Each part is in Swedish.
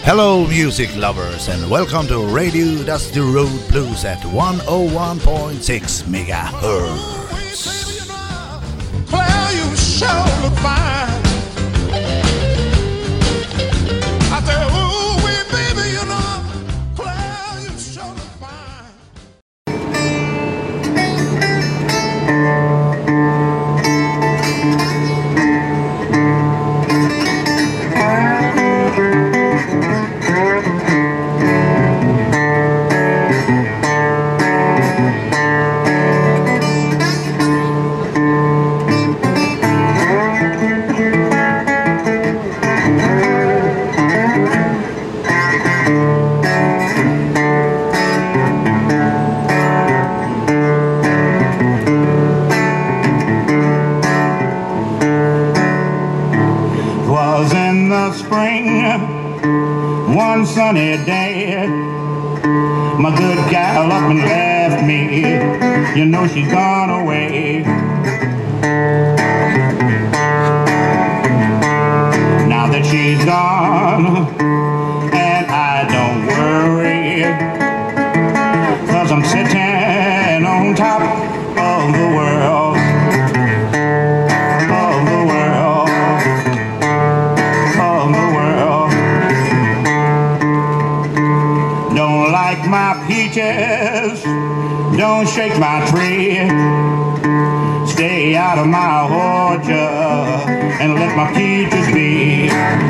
Hello music lovers and welcome to Radio Dusty Road Blues at 101.6 megahertz. Claire, you sure look fine. I said, ooh, wee, baby, you know, Claire, you sure look fine. One sunny day, my good gal up and left me. You know she's gone away. Now that she's gone, and I don't worry, 'cause I'm sitting on top of the world. My peaches, don't shake my tree. Stay out of my orchard and let my peaches be.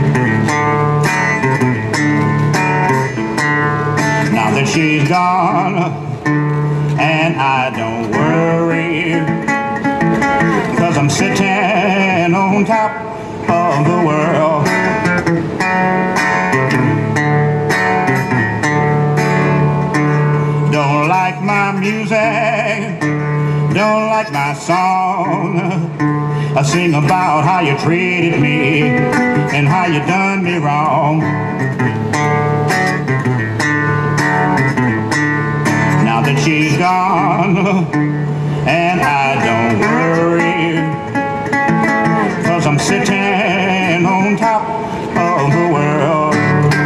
Now that she's gone, and I don't worry, 'cause I'm sitting on top of the world. Don't like my music, don't like my song. I sing about how you treated me and how you done me wrong. Now that she's gone, and I don't worry, 'cause I'm sitting on top of the world.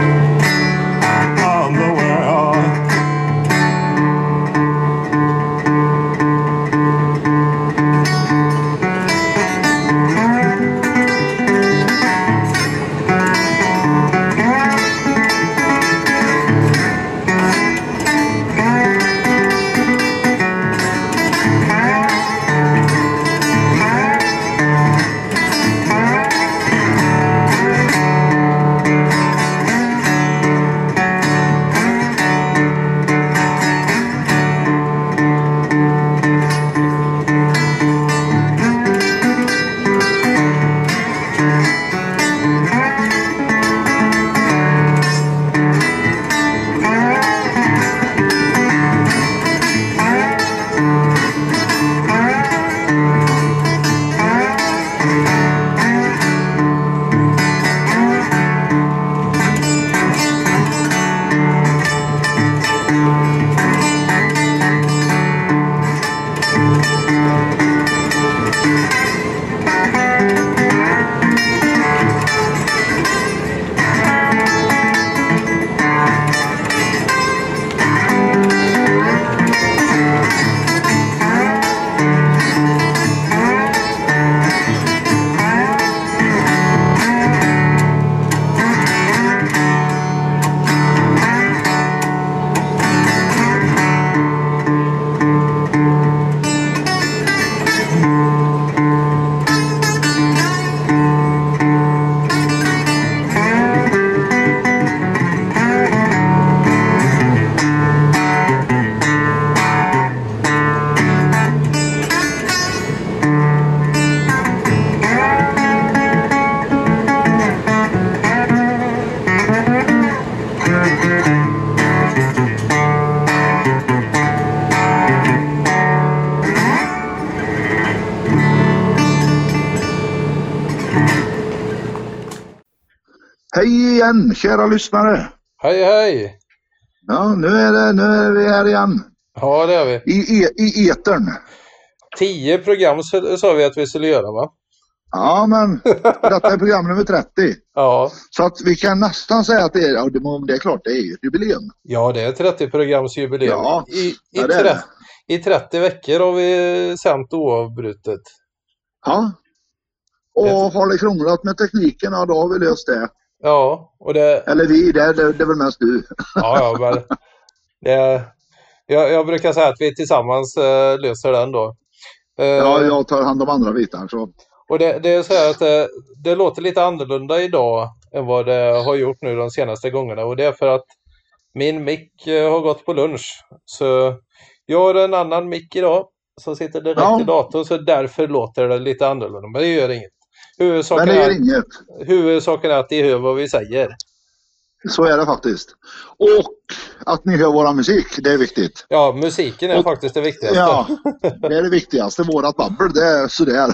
Hej igen, kära lyssnare. Hej, hej. Ja, nu är vi här igen. Ja, det är vi. I etern. 10 program sa vi att vi skulle göra, va? Ja, men detta är program nummer 30. Ja. Så att vi kan nästan säga att det är klart, det är ju ett jubileum. Ja, det är 30-programsjubileum. Ja, I 30 veckor har vi sänt oavbrutet. Ja. Och har det krånglat med tekniken, ja, då har vi löst det. Ja, och det... Eller vi, det är väl mest du. Ja, men... Jag brukar säga att vi tillsammans löser den då. Ja, jag tar hand om andra bitar. Så. Och det är så här att det låter lite annorlunda idag än vad det har gjort nu de senaste gångerna. Och det är för att min mick har gått på lunch. Så jag har en annan mick idag som sitter direkt i datorn. Så därför låter det lite annorlunda. Men det gör inget. Huvudsaken är att ni hör vad vi säger. Så är det faktiskt. Och att ni hör våra musik, det är viktigt. Ja, musiken är faktiskt det viktigaste. Ja, det är det viktigaste. Vårat babbel, det är sådär.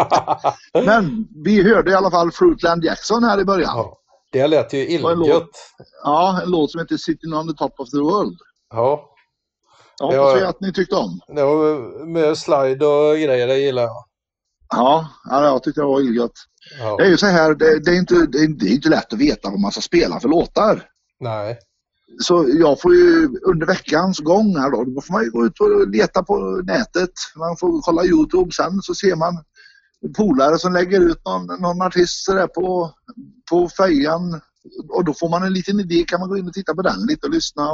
Men vi hörde i alla fall Fruitland Jackson här i början. Ja, det lät ju illgött. Ja, en låt som heter Sitting on the Top of the World. Ja. Jag hoppas att ni tyckte om. Det var med slide och grejer, det gillar jag. Ja, jag tyckte det var illgött. Ja. Det är ju så här, det är inte lätt att veta vad man ska spela för låtar. Nej. Så jag får ju under veckans gång här då får man ju gå ut och leta på nätet. Man får kolla YouTube, sen så ser man polare som lägger ut någon artist där på fejan. Och då får man en liten idé, kan man gå in och titta på den lite och lyssna.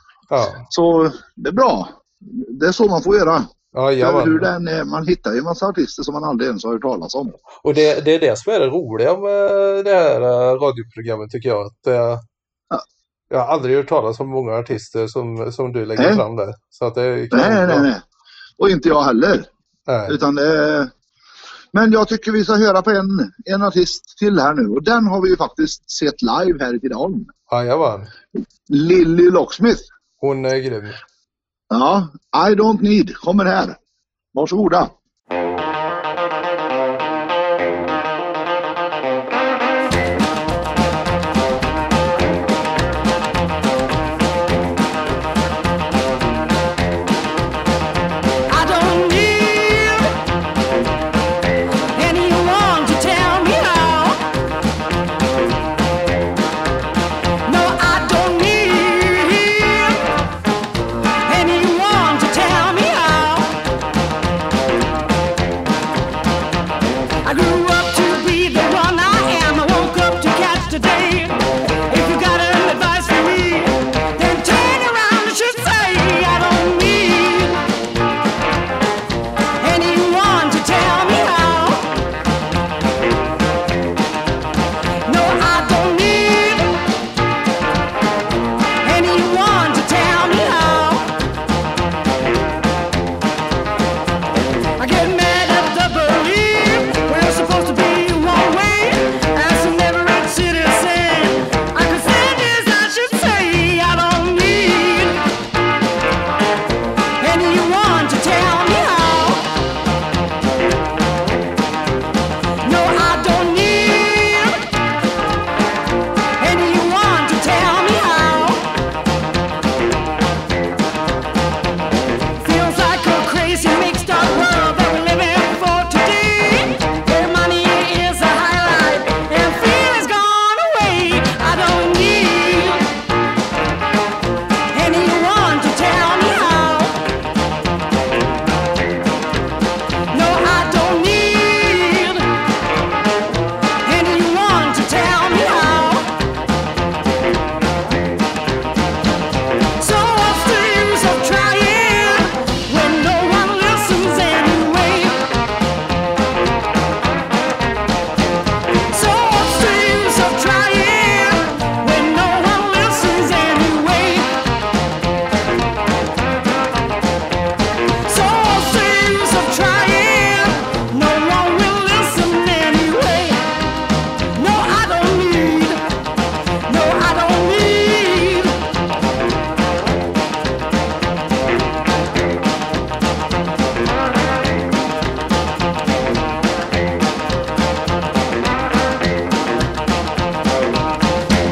Så det är bra. Det är så man får göra. Ja, hur den är, man hittar ju en massa artister som man aldrig ens har hört talas om. Och det är det som är det roliga med det här radioprogrammet, tycker jag. Att, jag har aldrig hört talas om många artister som du lägger fram där. Så att det är nej. Och inte jag heller. Nej. Utan men jag tycker vi ska höra på en artist till här nu. Och den har vi ju faktiskt sett live här i Tidaholm. Jajamän. Lily Locksmith. Hon är grym. Ja, I Don't Need kommer här. Varsågoda.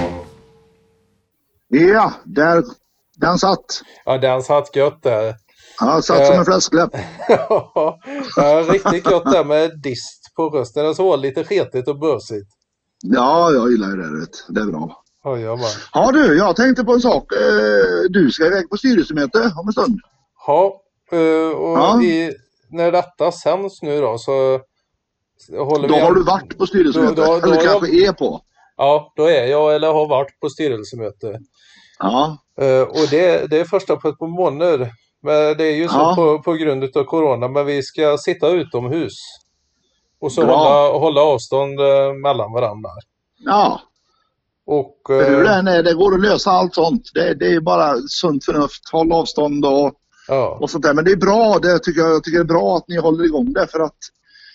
Ja, den satt. Ja, den satt gött där. Ja, satt som en fläskläpp. Ja, riktigt gott där med dist på rösten. Så var lite sketigt och bösigt. Ja, jag gillar ju det. Det är bra. Ja, du, jag tänkte på en sak. Du ska iväg på styrelsemöte om en stund. Ja, och när detta sänds nu då så håller vi... Då har du varit på styrelsemöte, eller kanske är på. Ja, då är jag eller har varit på styrelsemöte. Ja. Och det är första på ett par månader. Men det är ju så på grund av corona. Men vi ska sitta utomhus. Och så hålla avstånd mellan varandra. Ja. Och, hur det går att lösa allt sånt. Det är bara sunt förnuft. Håll avstånd och sånt där. Men det är bra. Jag tycker det är bra att ni håller igång det. För att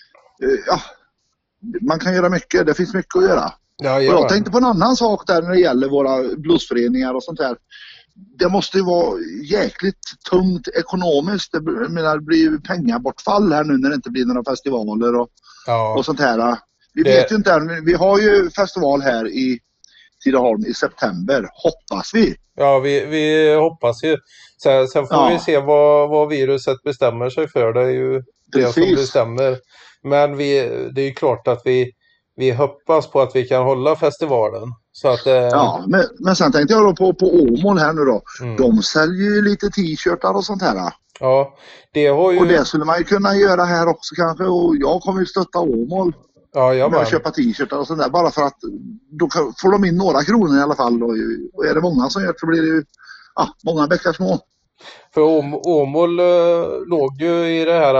man kan göra mycket. Det finns mycket att göra. Ja, och jag tänkte på en annan sak där när det gäller våra bluesföreningar och sånt där. Det måste ju vara jäkligt tungt ekonomiskt. Det blir ju pengabortfall här nu när det inte blir några festivaler och sånt här. Vi vet ju inte än. Vi har ju festival här i Tidaholm i september, hoppas vi. Ja, vi hoppas ju. Sen får vi se vad viruset bestämmer sig för. Det är ju det som bestämmer. Men det är ju klart att vi hoppas på att vi kan hålla festivalen. Så att, ja, men sen tänkte jag då på Åmål här nu då. De säljer ju lite t-shirtar och sånt här. Ja, det har ju... Och det skulle man ju kunna göra här också kanske. Och jag kommer ju stötta Åmål. Ja, med att köpa t-shirtar och sånt där. Bara för att då får de in några kronor i alla fall. Och är det många som gör så blir det ju många bäckar små. För Åmål låg ju i det här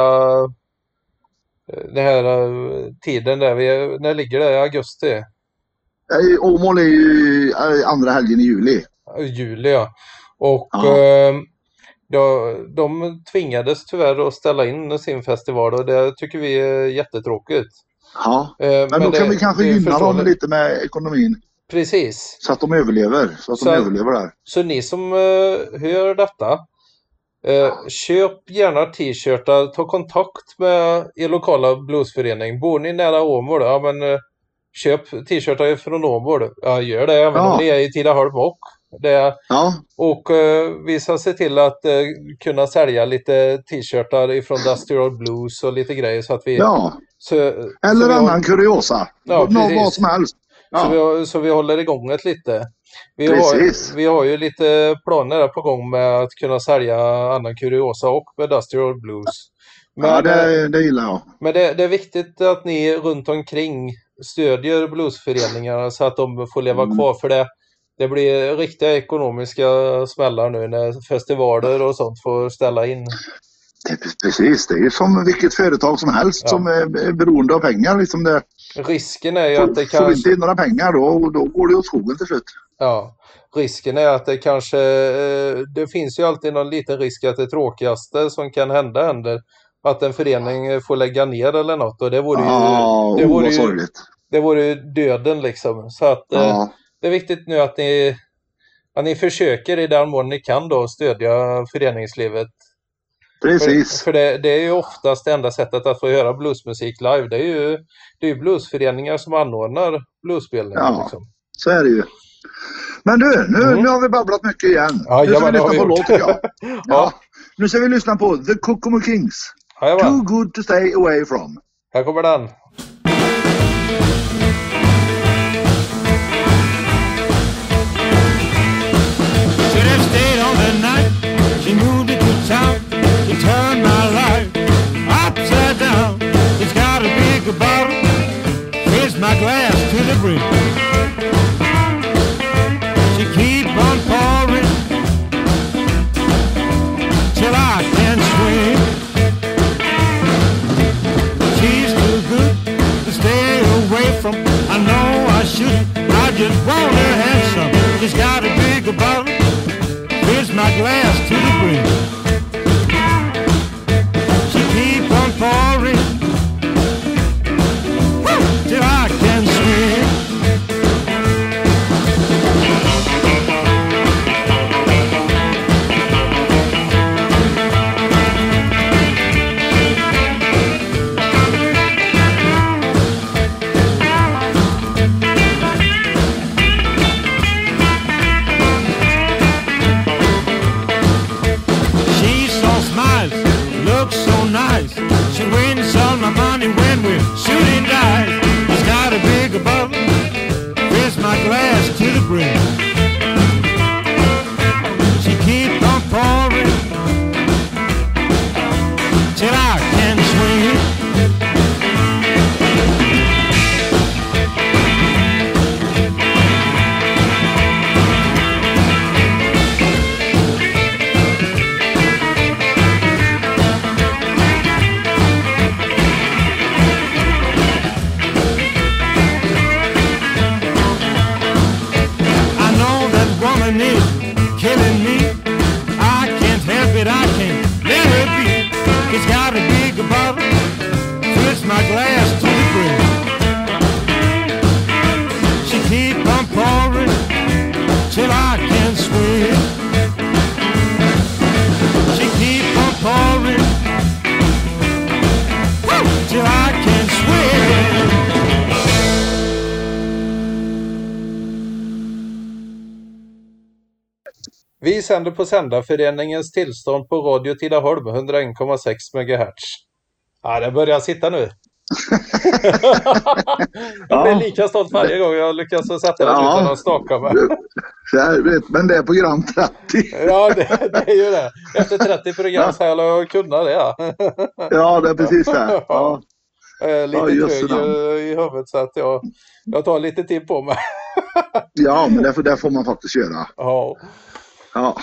tiden där när ligger det? I augusti? Åmål är ju andra helgen i juli. Juli, ja. Och de tvingades tyvärr att ställa in sin festival och det tycker vi är jättetråkigt. Ja, men då kan vi kanske gynna dem lite med ekonomin. Precis. Så att de överlever. Så överlever där. Så ni som hör detta, köp gärna t-shirtar, ta kontakt med er lokala bluesförening. Bor ni nära Åmål? Ja, men köp t-shirtar från Åmål. Ja, gör det även om ni är i Tidaholm och och vi ska se till att kunna sälja lite t-shirtar ifrån Dusty Road Blues och lite grejer så att vi eller annan kuriosa. Vad som helst. Så vi håller igång ett lite. Vi har ju lite planer på gång med att kunna sälja annan kuriosa och med Dusty Road Blues. Men, det gillar jag. Men det är viktigt att ni runt omkring stödjer bluesföreningarna så att de får leva kvar, för det blir riktiga ekonomiska smällar nu när festivaler och sånt får ställa in. Precis, det är som vilket företag som helst som är beroende av pengar. Liksom det. Risken är ju att det får inte in några pengar då går det åt skogen till slut. Ja, risken är att det kanske, det finns ju alltid någon liten risk att det tråkigaste som kan hända händer. Att en förening får lägga ner eller något, och det vore ju, det vore ju döden liksom. Så att det är viktigt nu att ni försöker i den mån ni kan då stödja föreningslivet. Precis. För det är ju oftast det enda sättet att få höra bluesmusik live. Det är ju bluesföreningar som anordnar bluesspelningar. Ja, liksom. Så är det ju. Men du, nu har vi babblat mycket igen. Ja, nu ska vi lyssna på låt, ja. Nu ska vi lyssna på The Kokomo Kings. Too Good To Stay Away From. Här kommer den. Should have stayed on the night. She moved it to town. She turned my life upside down. It's got a big bottle. Fills my glass to the brim. She keep on pouring till I can swim. She's too good to stay away from. I know I shouldn't. I just want her handsome. She's got a big bottle. Fills my glass to the brim. She keep on pouring till I can swim. my glass to the brim. She keep on pouring till I can swing. Is killing me. I can't help it, I can't let her be. It's got a big bottle, fills my glass to the brim. She keep on pouring till I can swim. She keep on pouring till I can swim. Vi sänder på Sändarföreningens tillstånd på Radio Tidaholm 101,6 MHz. Ja, det börjar sitta nu. Jag blir lika stolt varje gång jag lyckas sätta den utan att staka mig. Men det är program 30. Ja, det är ju det. Efter 30 program så har jag kunnat det. Ja, det är precis det. Ja. Lite trög i huvudet så att jag tar lite tid på mig. Ja, men det får man faktiskt göra. Ja. Ja.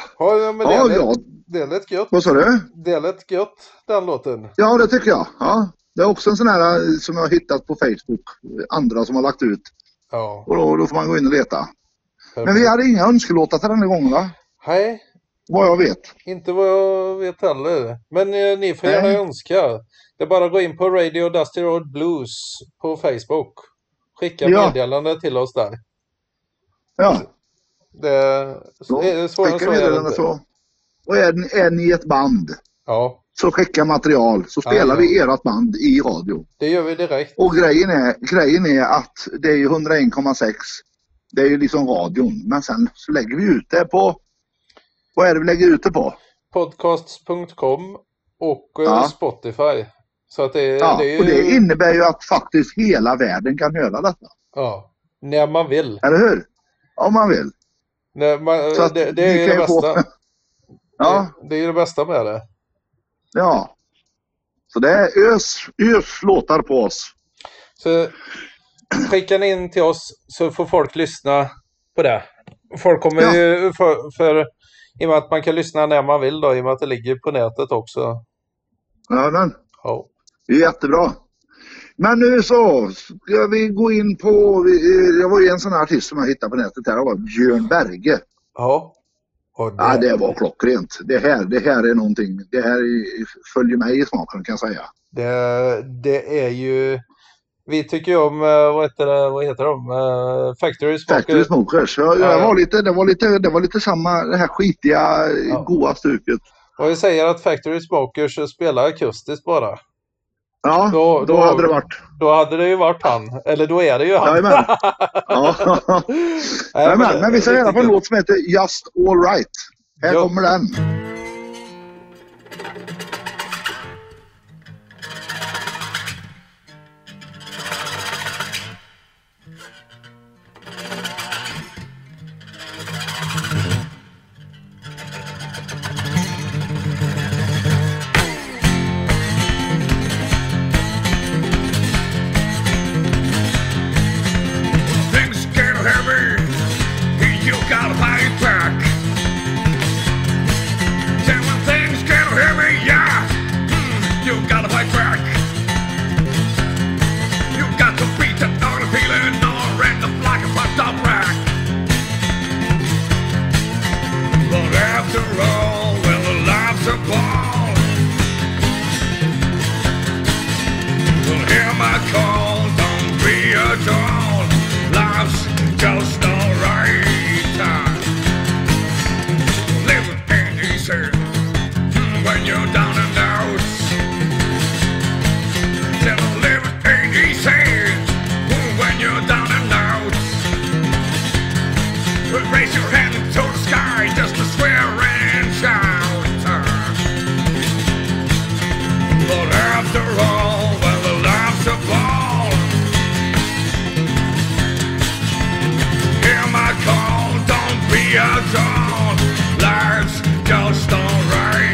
Det är lite gött. Vad sa du? Det är lite gött, den låten. Ja, det tycker jag. Ja. Det är också en sån här som jag har hittat på Facebook. Andra som har lagt ut. Ja. Och då får man gå in och leta. Men vi hade inga önskelåtar till den här gången, va? Nej. Vad jag vet. Inte vad jag vet heller. Men ni får gärna önska. Det är bara att gå in på Radio Dusty Road Blues på Facebook. Skicka meddelande till oss där. Ja. Det är svårare så. Och är ni ett band, så skicka material, så spelar vi ert band i radio. Det gör vi direkt. Och grejen är att det är ju 101,6. Det är ju liksom radion. Men sen så lägger vi ut det på, vad är det vi lägger ut det på? Podcasts.com och Spotify. Så att det är ju... och det innebär ju att faktiskt hela världen kan höra detta. Ja, när man vill. Eller hur? Om man vill. Det är ju det bästa. Ja. Det är ju det bästa med det. Ja. Så det är ös låtar på oss. Så skicka in till oss så får folk lyssna på det. Folk kommer ju för i och med att man kan lyssna när man vill då, i och med att det ligger på nätet också. Ja, men. Ja. Det är jättebra. Men nu så ska vi gå in på, det var ju en sån här artist som jag hittade på nätet här, det var Björn Berge. Ja. Ja, det var klockrent. Det här är någonting, det här följer mig i smaken, kan jag säga. Det är ju, vi tycker ju om, vad heter de? Factory Smokers. Factory Smokers, ja. Det var lite samma, det här skitiga, goa stuket. Och vi säger att Factory Smokers spelar akustiskt bara. Ja, då hade det varit. Då hade det ju varit han. Eller då är det ju han. Jajamän. Ja. Men vi ska gärna på en låt som heter Just All Right. Här kommer den. be at all. Life's just alright.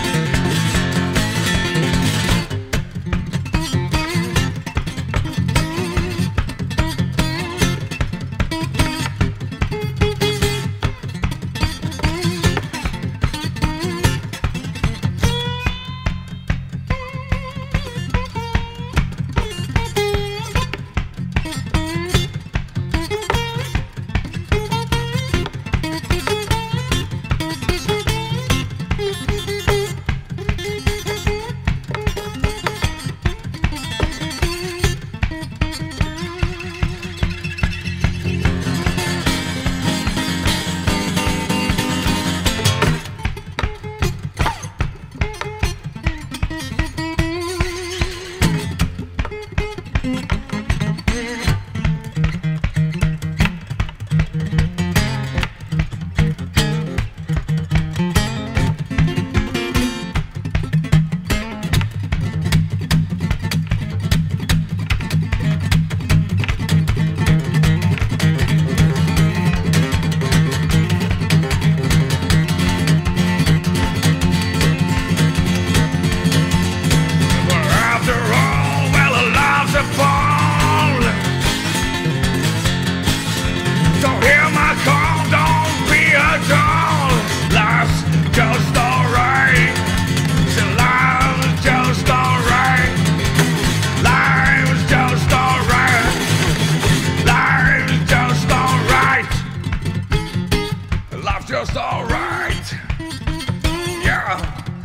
Just all right. Yeah.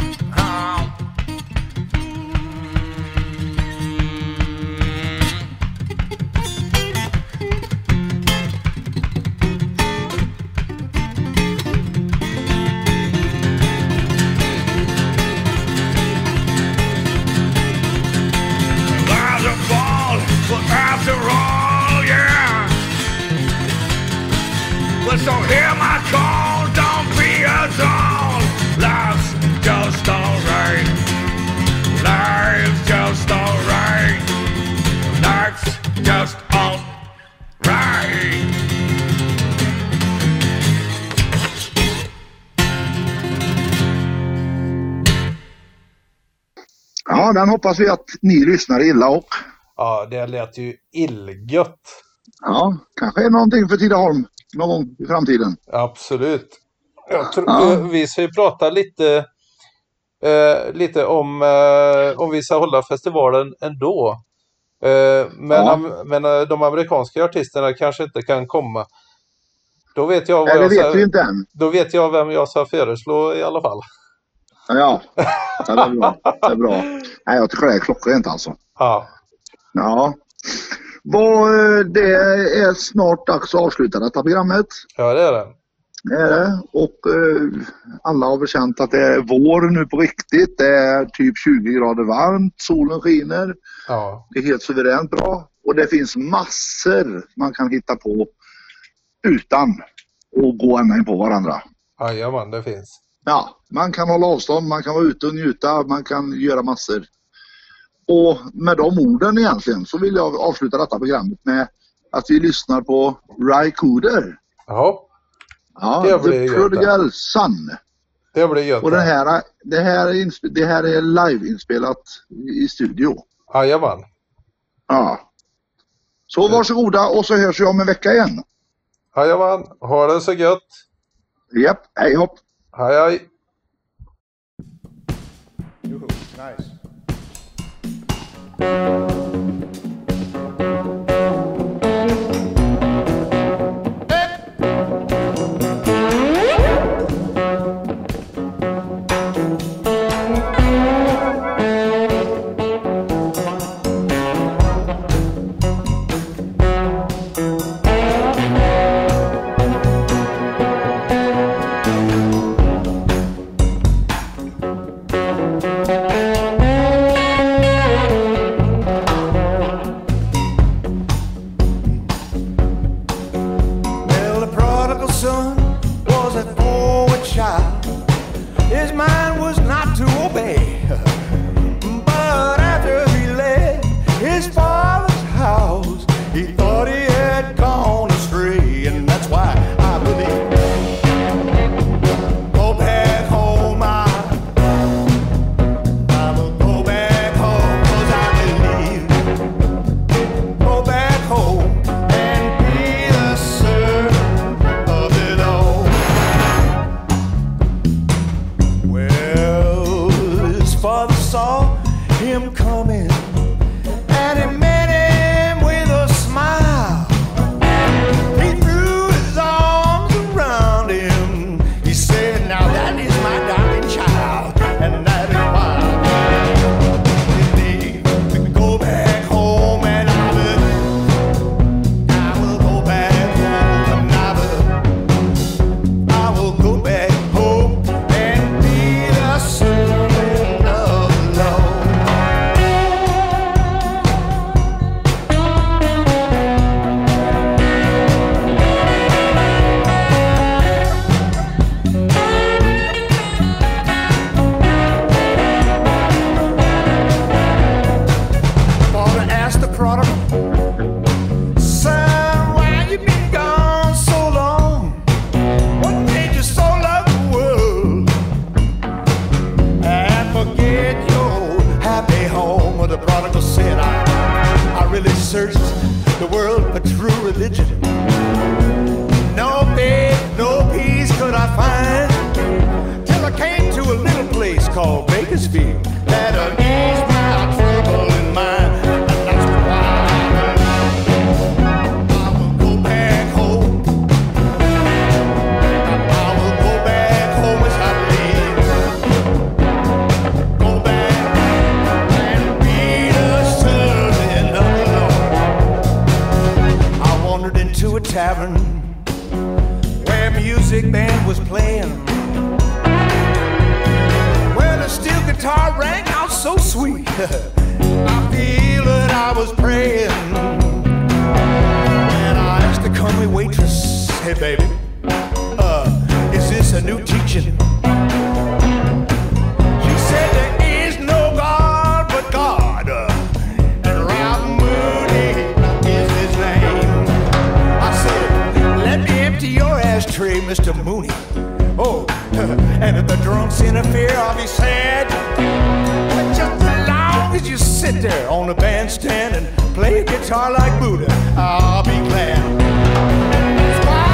Lies are fall, but after all, yeah. Let's don't hear my call. All. Life's just alright. Life's just alright. Life's just alright. Ja, den hoppas vi att ni lyssnar illa och. Ja, det lät ju illgött. Ja, kanske är någonting för Tidaholm någon gång i framtiden. Absolut. Vi ska ju prata lite om vi ska hålla festivalen ändå. Men de amerikanska artisterna kanske inte kan komma. Då vet jag vad Då vet jag vem jag ska föreslå i alla fall. Ja, det är bra. Det är bra. Nej, jag tycker det är klockrent alltså. Ja. Ja. Det är snart dags att avsluta detta programmet. Ja, det är det. Det är det. Och alla har väl känt att det är vår nu på riktigt. Det är typ 20 grader varmt, solen skiner. Ja. Det är helt suveränt bra. Och det finns massor man kan hitta på utan att gå ända in på varandra. Jajamän, det finns. Ja, man kan hålla avstånd, man kan vara ute och njuta, man kan göra massor. Och med de orden egentligen så vill jag avsluta detta programmet med att vi lyssnar på Ry Cooder. Ja. Ja, The Prodigal Son. Det blir gött. Och det här är live-inspelat i studio. Jajamän. Ja. Så varsågoda och så hörs vi om en vecka igen. Jajamän, ha det så gött. Japp, hej hopp. Hej hej. Nice. He thought he had gone astray, and that's why I believe called Bakersfield that'll ease my troubling mind. And that's why I will go back home. I will go back home as I live. Go back and be the servant of the Lord. I wandered into a tavern where music band was playing, where the steel guitar rang out so sweet. I feel that I was praying when I asked the comely waitress, "Hey baby, is this a new teaching?" She said there is no God but God, and Ralph Mooney is his name. I said, "Let me empty your ashtray, Mr. Mooney. Oh, and if the drunks interfere, I'll be sad. But just as long as you sit there on the bandstand and play a guitar like Buddha, I'll be glad." That's why